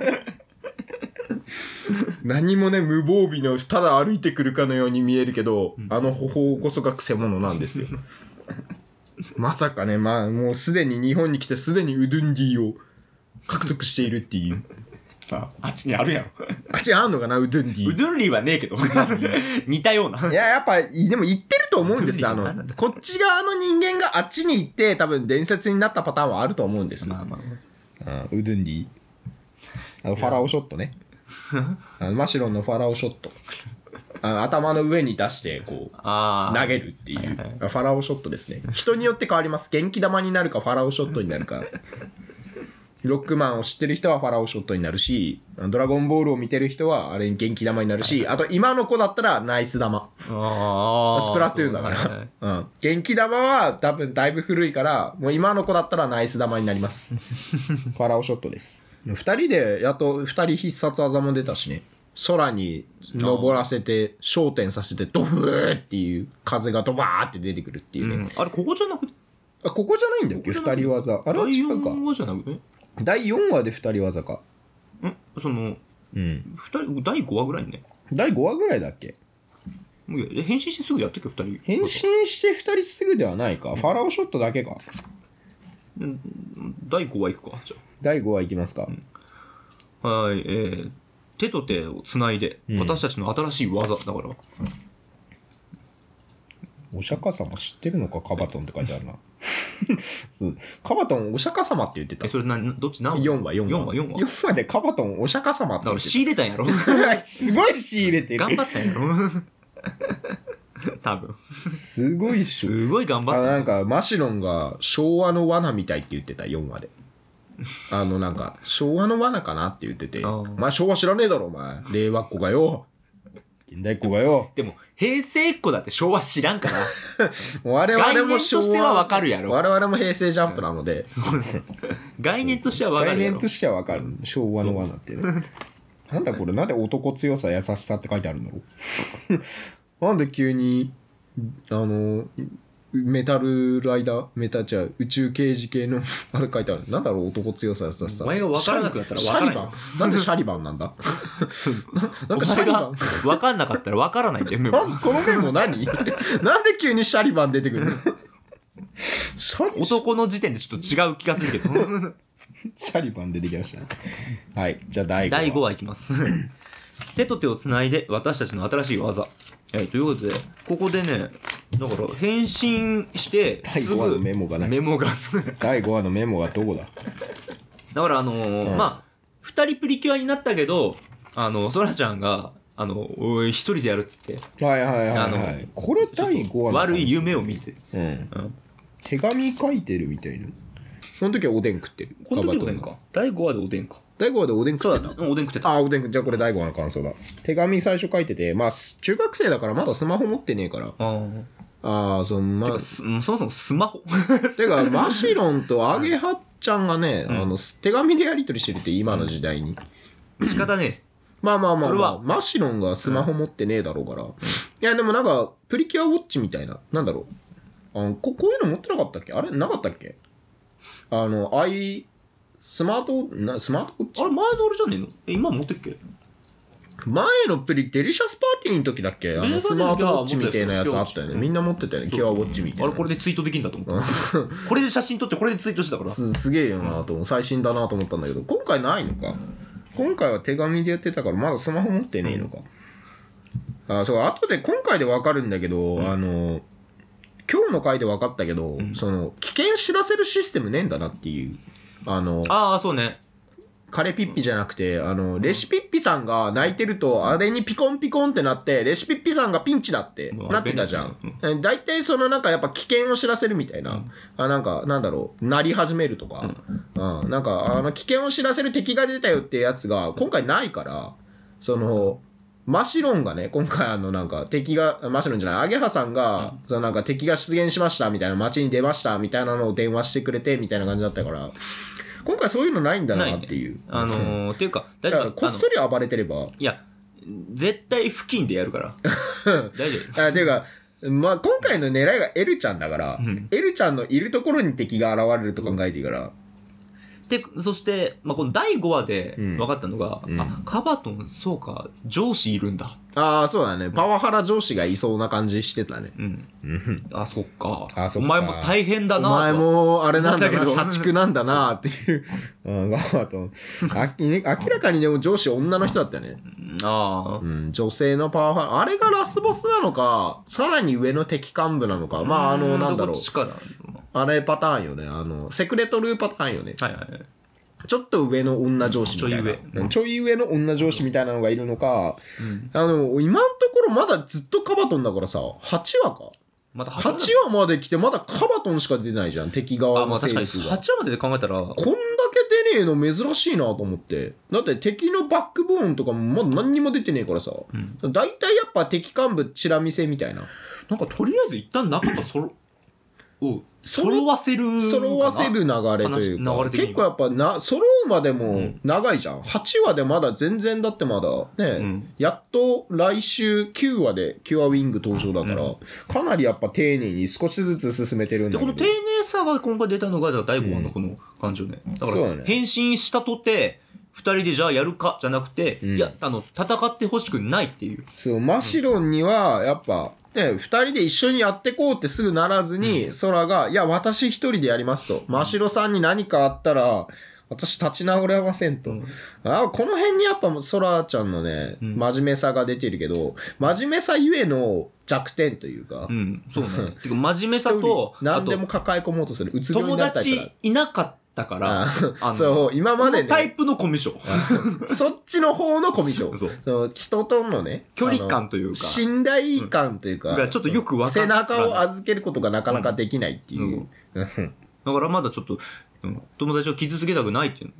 何もね、無防備の、ただ歩いてくるかのように見えるけど、あの方法こそが癖者なんですよ。まさかね、まあもうすでに日本に来てすでにウドゥンディを獲得しているっていう。 あっちにあるやろ。 あっちにあんのかな、ウドゥンディ。 ウドゥンリーはねえけど。似たような。 いや、やっぱ、でも言ってると思うんです。こっち側の人間があっちに行って、多分伝説になったパターンはあると思うんです。ウドゥンディ。ファラオショットね。マシロンのファラオショット。頭の上に出して、こう、投げるっていう。ファラオショットですね。人によって変わります。元気玉になるか、ファラオショットになるか。ロックマンを知ってる人はファラオショットになるし、ドラゴンボールを見てる人はあれ元気玉になるし、あと今の子だったらナイス玉。スプラトゥーンだから。元気玉は多分だいぶ古いから、もう今の子だったらナイス玉になります。ファラオショットです。二人で、やっと二人必殺技も出たしね。空に登らせて、焦点させて、ドフーっていう風がドバーって出てくるっていうね。 あれ、ここじゃなくてここじゃないんだっけ二人技。あれは違うか。 第4話じゃなくて第4話で二人技か。 第5話ぐらいね。 第5話ぐらいだっけ。 もう変身してすぐやってく2人。 変身して2人すぐではないか。ファラオショットだけか。 第5話いくか。じゃあ第5話いきますか。 はい、手と手をつないで、私たちの新しい技だから。 お釈迦様知ってるのか、カバトンって書いてあるな。そうカバトンお釈迦様って言ってた。 それどっち何 4話4話でカバトンお釈迦様って言ってた。だから仕入れたんやろ。 すごい仕入れてる。 頑張ったんやろ。多分すごいっしょ。 すごい頑張った。 なんかマシロンが昭和の罠みたいって言ってた。4話で。なんか昭和の罠かなって言ってて、まあ昭和知らねえだろお前、令和っ子がよ、現代っ子がよ。 でも平成っ子だって昭和知らんから我々も昭和概念としてはわかるやろ。 我々も平成ジャンプなので、 概念としてはわかるやろ。 概念としてはわかる。昭和の罠ってね。なんだこれ、なんで男強さ優しさって書いてあるんだろう。なんで急にメタルライダー、宇宙刑事系のあれ書いてある。なんだろう、男強さ優しさ。 お前が分からなくなったら分からない。 なんでシャリバンなんだ。 なんかシャリバン分かんなかったら分からないんだよ。メモこのメモ何？なんで急にシャリバン出てくるの？ 男の時点でちょっと違う気がするけど。 シャリバン出てきました。はい、じゃあ第 5話いきます。手と手をつないで私たちの新しい技。ということで、ここでね、だから変身して第5話のメモがない。第5話のメモがどこだ。 だからまあ2人プリキュアになったけど、ソラちゃんが一人でやるっつって、 はいこれ第5話の悪い夢を見て、 手紙書いてるみたいな。その時はおでん食ってる。 この時おでんか。第5話でおでんか。 第5話でおでん食ってた。 おでん食ってた。 あ、おでん。じゃあこれ第5話の感想だ。手紙最初書いてて、まあ中学生だからまだスマホ持ってねえから。そもそもスマホ。 てかマシロンとアゲハちゃんがね、手紙でやり取りしてるって今の時代に。 仕方ねえ。 まあマシロンがスマホ持ってねえだろうから。いやでもなんかプリキュアウォッチみたいな、なんだろう。こういうの持ってなかったっけ？あれなかったっけ？ スマートウォッチあれ前の俺じゃねえの？今持ってっけ？ 前のプリデリシャスパーティーの時だっけ？スマートウォッチみたいなやつあったよね。みんな持ってたよね。キュアウォッチみたいな。 あれこれでツイートできんだと思った。これで写真撮ってこれでツイートしてたから。 すげえよなと思う。最新だなと思ったんだけど、今回ないのか。今回は手紙でやってたからまだスマホ持ってねえのか。そう、後で今回でわかるんだけど、今日の回でわかったけど、その危険知らせるシステムねえんだなっていう。 そうね。 カレピッピじゃなくて、レシピッピさんが泣いてると、あれにピコンピコンってなって、レシピッピさんがピンチだってなってたじゃん。大体そのなんかやっぱ危険を知らせるみたいな。なんだろう、鳴り始めるとか。なんか、危険を知らせる敵が出たよっていうやつが、今回ないから、その、マシロンがね、今回なんか敵が、マシロンじゃない、アゲハさんが、そのなんか敵が出現しましたみたいな、街に出ましたみたいなのを電話してくれてみたいな感じだったから、今回そういうのないんだなっていう。 っていうか、 だからこっそり暴れてれば。 いや、絶対付近でやるから。大丈夫。 っていうか、まあ、今回の狙いがエルちゃんだから、エルちゃんのいるところに敵が現れると考えていいから。 で、そして、まあ、この第5話で分かったのが、カバトン、そうか、上司いるんだ。 そうだね。パワハラ上司がいそうな感じしてたね。 そっか。お前も大変だな。 お前も、あれなんだな、社畜なんだな、っていう。カバトン。明らかにでも上司女の人だったよね。女性のパワハラ。あれがラスボスなのか、さらに上の敵幹部なのか。まあ、なんだろう。あれパターンよね。セクレトルーパターンよね。ちょっと上の女上司みたいな。ちょい上の女上司みたいなのがいるのか。今のところまだずっとカバトンだからさ、8話か。まだ8話まで来てまだカバトンしか出てないじゃん。敵側の勢力が。 8話までで考えたら。こんだけ出ねえの珍しいなと思って。だって敵のバックボーンとかもまだ何にも出てねえからさ。だいたいやっぱ敵幹部チラ見せみたいな。 なんかとりあえず一旦中が揃わせる流れというか、結構やっぱ揃うまでも長いじゃん。8話でまだ全然だってまだね、やっと来週9話でキュアウィング登場だから、かなりやっぱ丁寧に少しずつ進めてるんだけど。 で、この丁寧さが今回出たのが第5話のこの感情ね。だから、変身したとて、2人でじゃあやるかじゃなくて、いや、戦ってほしくないっていう。 そう、マシロンにはやっぱ、二人で一緒にやってこうってすぐならずに、ソラが、いや、私一人でやりますと。マシロさんに何かあったら、私立ち直れませんと。この辺にやっぱソラちゃんのね、真面目さが出てるけど、真面目さゆえの弱点というか。 そうね。てか真面目さと、 何でも抱え込もうとする。うつ病になったりとか。 友達いなかった。だから、 そう、今までね。タイプのコミュ障。 そっちの方のコミュ障。そう。人とのね。 距離感というか。 信頼感というか。 がちょっとよくわかる。背中を預けることがなかなかできないっていう。 だからまだちょっと、友達を傷つけたくないっていう。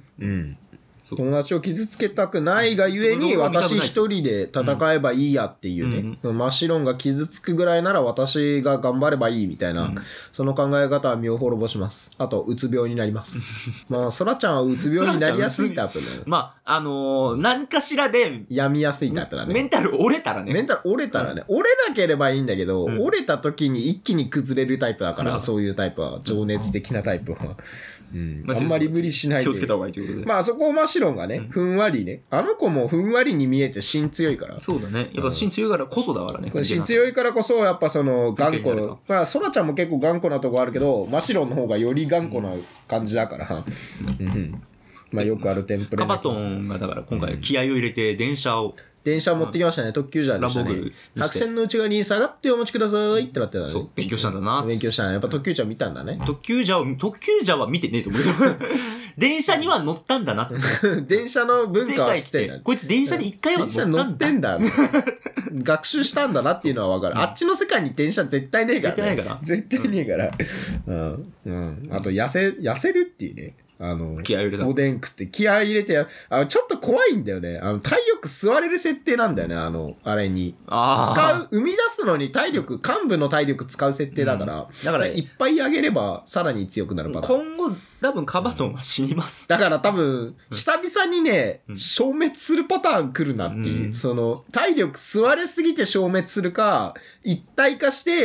友達を傷つけたくないがゆえに、私一人で戦えばいいやっていうね。マシロンが傷つくぐらいなら私が頑張ればいいみたいな、その考え方は身を滅ぼします。あと、うつ病になります。まあ、ソラちゃんはうつ病になりやすいタイプだよね。 まあ、何かしらで、 病みやすいタイプだね。 メンタル折れたらね。 折れなければいいんだけど、折れた時に一気に崩れるタイプだから、そういうタイプは、情熱的なタイプは。あんまり無理しないで。 気をつけた方がいいということで。 まあそこをマシロンがね、ふんわりね。あの子もふんわりに見えて芯強いから。 そうだね。やっぱ芯強いからこそだからね。 芯強いからこそ、やっぱその頑固の、まあソラちゃんも結構頑固なとこあるけど、マシロンの方がより頑固な感じだから。まあよくあるテンプレ。 カバトンがだから今回気合を入れて電車を持ってきましたね。特急ジャーでしたね。白線の内側に下がってお待ちくださいってなってたね。 そう、勉強したんだな。 勉強したね。やっぱ特急ジャー見たんだね。 特急ジャーは見てねえと思う。電車には乗ったんだなって。 電車の文化は知ってんだ。 こいつ電車に一回は乗ってんだ。学習したんだなっていうのはわかる。あっちの世界に電車絶対ねえから。絶対ねえから。あと痩せるっていうね。 気合入れた。 おでん食って気合入れて、ちょっと怖いんだよね。体力吸われる設定なんだよね、あれに。生み出すのに幹部の体力使う設定だから、だからいっぱい上げればさらに強くなるパターン。 今後、多分カバトンは死にます。 だから多分、久々にね、消滅するパターン来るなっていう。体力吸われすぎて消滅するか、一体化して、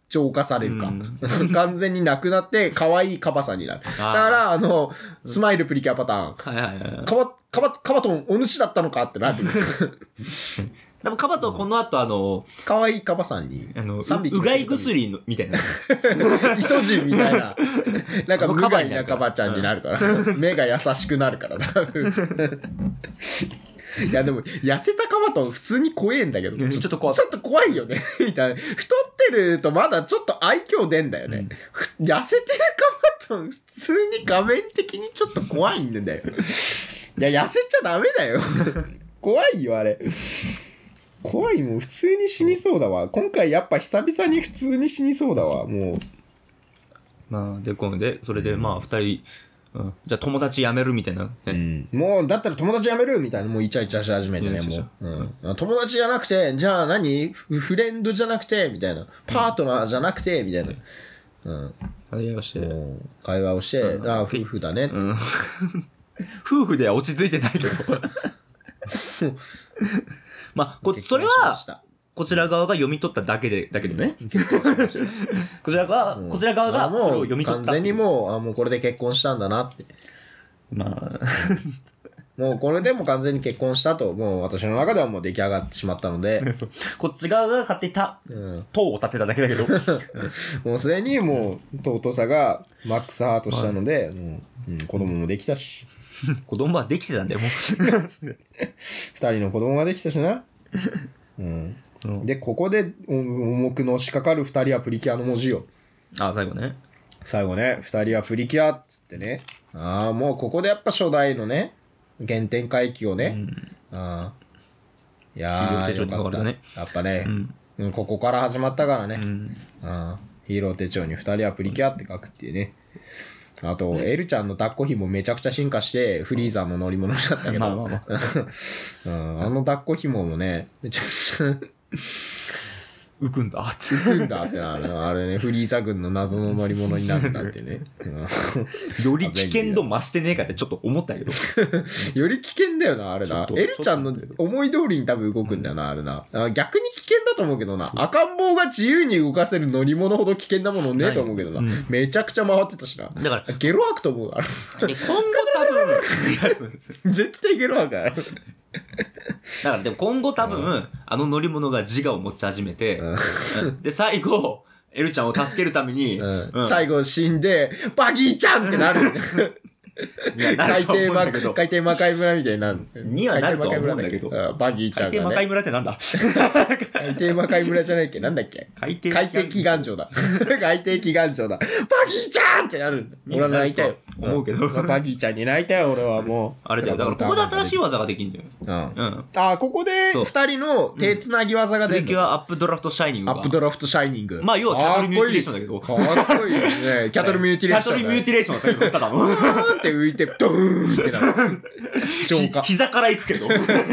浄化されるか。完全になくなって可愛いカバさんになる。だからスマイルプリキュアパターン。 はいはいはい。 カバトンお主だったのかってなってる。 でもカバトンこの後可愛いカバさんにうがい薬のみたいなイソジンみたいななんか無害なカバちゃんになるから目が優しくなるから多分いやでも痩せたカバトン普通に怖えんだけどちょっと怖いよねみたいな。太ってるとまだちょっと愛嬌出んだよね、痩せてるカバトン普通に画面的にちょっと怖いんだよ。いや痩せちゃダメだよ怖いよあれ。怖い、もう普通に死にそうだわ。今回やっぱ久々に普通に死にそうだわ、もう。 まあ、で、それでまあ二人、じゃあ友達辞めるみたいな、ね。 もう、だったら友達辞めるみたいな、もうイチャイチャし始めてね、もう。友達じゃなくて、じゃあ何フレンドじゃなくて、みたいな。パートナーじゃなくて、みたいな。 会話をして。 夫婦だね。 夫婦では落ち着いてないけど。まあ、それは、こちら側が読み取っただけどね。こちら側がそれを読み取った。 完全にもうこれで結婚したんだなって。 まあ。 もうこれでも完全に結婚したと、もう私の中ではもう出来上がってしまったので。 こっち側が勝手に塔を立てただけだけど。 もうすでにもう、尊さがマックスハートしたので、もう子供もできたし。 子供はできてたんだよ、もう。 二人の子供ができたしな。で、ここで重くのしかかる二人はプリキュアの文字よ。最後ね、二人はプリキュアっつってね。もうここでやっぱ初代のね、原点回帰をね。いやー、よかった。やっぱね、ここから始まったからね。ヒーロー手帳に二人はプリキュアって書くっていうね。あと、エルちゃんの抱っこ紐めちゃくちゃ進化して、フリーザの乗り物だったけど、あの抱っこ紐もね、めちゃくちゃ浮くんだってなる。あれね、フリーザ軍の謎の乗り物になったってね。 より危険度増してねえかってちょっと思ったけど。 より危険だよな、あれな。エルちゃんの思い通りに多分動くんだよな、あれな。逆に危険だと思うけどな。赤ん坊が自由に動かせる乗り物ほど危険なものねえと思うけどな。めちゃくちゃ回ってたしな。 だから、 ゲロ吐くと思う。 今後多分、絶対ゲロ吐くから。 だからでも今後多分、あの乗り物が自我を持ち始めて、で、最後、エルちゃんを助けるために、 最後死んで、バギーちゃんってなる。海底魔界村みたいになる。 にはなると思うんだけど。 バギーちゃんが、ね。 海底魔界村ってなんだ海底魔界村じゃないっけなんだっけ海底祈願城だ。海底祈願城だ。バギーちゃんってなる。俺は泣いたよ。 思うけど。 バギーちゃんに泣いたよ、俺はもう。 あれだよ。だからここで新しい技ができんだよ。 ここで二人の手繋ぎ技が出る。 プリキュアアップドラフトシャイニング。 アップドラフトシャイニング。 まあ、要はキャトルミューティレーションだけど。 かっこいいね。キャトルミューティレーション。 キャトルミューティレーションだったけど、ただの。 って浮いて、ドーンってなる。浄化。 膝から行くけど。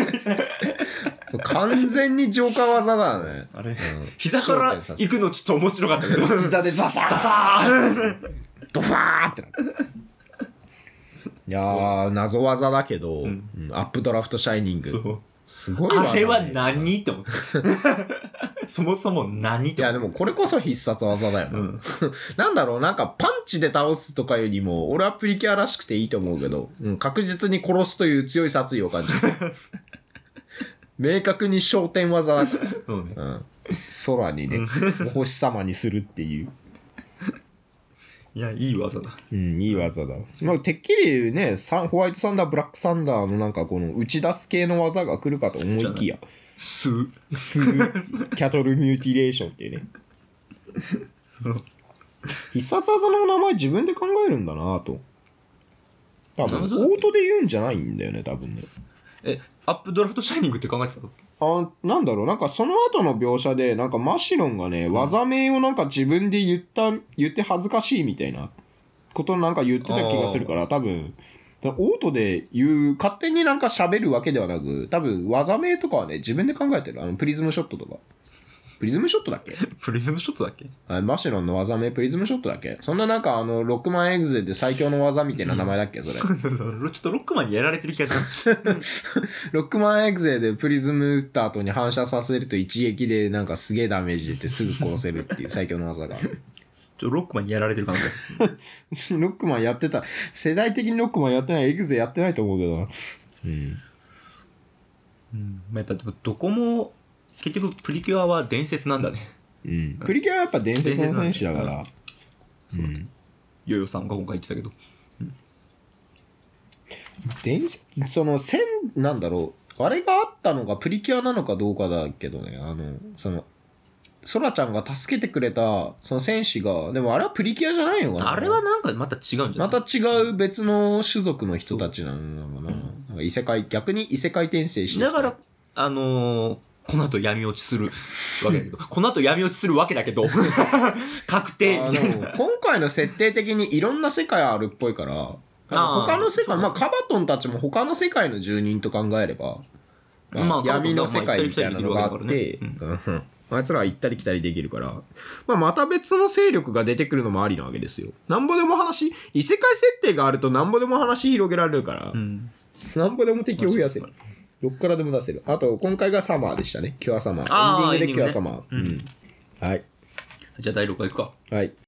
完全に浄化技だね。 あれ、膝から行くのちょっと面白かったけど。 膝でザサーザサードファーってなる。いやー、謎技だけど、アップドラフトシャイニング。すごい技、ね。 あれは何って思った。そもそも何いや、でもこれこそ必殺技だよ。なんだろう、なんかパンチで倒すとかよりも、俺はプリキュアらしくていいと思うけど、確実に殺すという強い殺意を感じる。明確に焦点技だから。空にね、お星様にするっていう。 いや、いい技だ。 いい技だ。まあ、てっきりね、ホワイトサンダー、ブラックサンダーのなんかこの打ち出す系の技が来るかと思いきや。 キャトルミューティレーションっていうね。必殺技の名前自分で考えるんだなと。多分、オートで言うんじゃないんだよね、多分ね。 アップドラフトシャイニングって考えてたの？ なんだろう、なんかその後の描写で、なんかマシロンがね、技名をなんか自分で言って恥ずかしいみたいなことなんか言ってた気がするから、多分、オートで勝手になんか喋るわけではなく、多分技名とかはね、自分で考えてる。プリズムショットとか。 プリズムショットだっけプリズムショットだっけバシロンの技名プリズムショットだっけそんななんかロックマンエグゼで最強の技みたいな名前だっけそれ。ちょっとロックマンにやられてる気がします。 ロックマンエグゼでプリズム打った後に反射させると一撃でなんかすげえダメージ出てすぐ殺せるっていう最強の技がある。 ロックマンにやられてる可能性。ロックマンやってた。世代的にロックマンやってない。エグゼやってないと思うけどな。 やっぱどこも、結局プリキュアは伝説なんだね。 プリキュアはやっぱ伝説の選手だから。 ヨヨさんが今回言ってたけど。 伝説、なんだろう。あれがあったのがプリキュアなのかどうかだけどね。ソラちゃんが助けてくれた、その戦士が、でもあれはプリキュアじゃないのかなあれはなんかまた違うんじゃないまた違う別の種族の人たちなのかな、なんか異世界、逆に異世界転生してきた。 だから、この後闇落ちするわけだけど、この後闇落ちするわけだけど、確定みたいな。 今回の設定的にいろんな世界あるっぽいから、他の世界、まあカバトンたちも他の世界の住人と考えれば、闇の世界みたいなのがあって、あいつらは行ったり来たりできるから、また別の勢力が出てくるのもありなわけですよ。なんぼでも異世界設定があるとなんぼでも話広げられるから、なんぼでも敵を増やせる。どっからでも出せる。あと、今回がサマーでしたね。キュアサマー。エンディングでキュアサマー。はい。 じゃあ第6話いくか。 はい。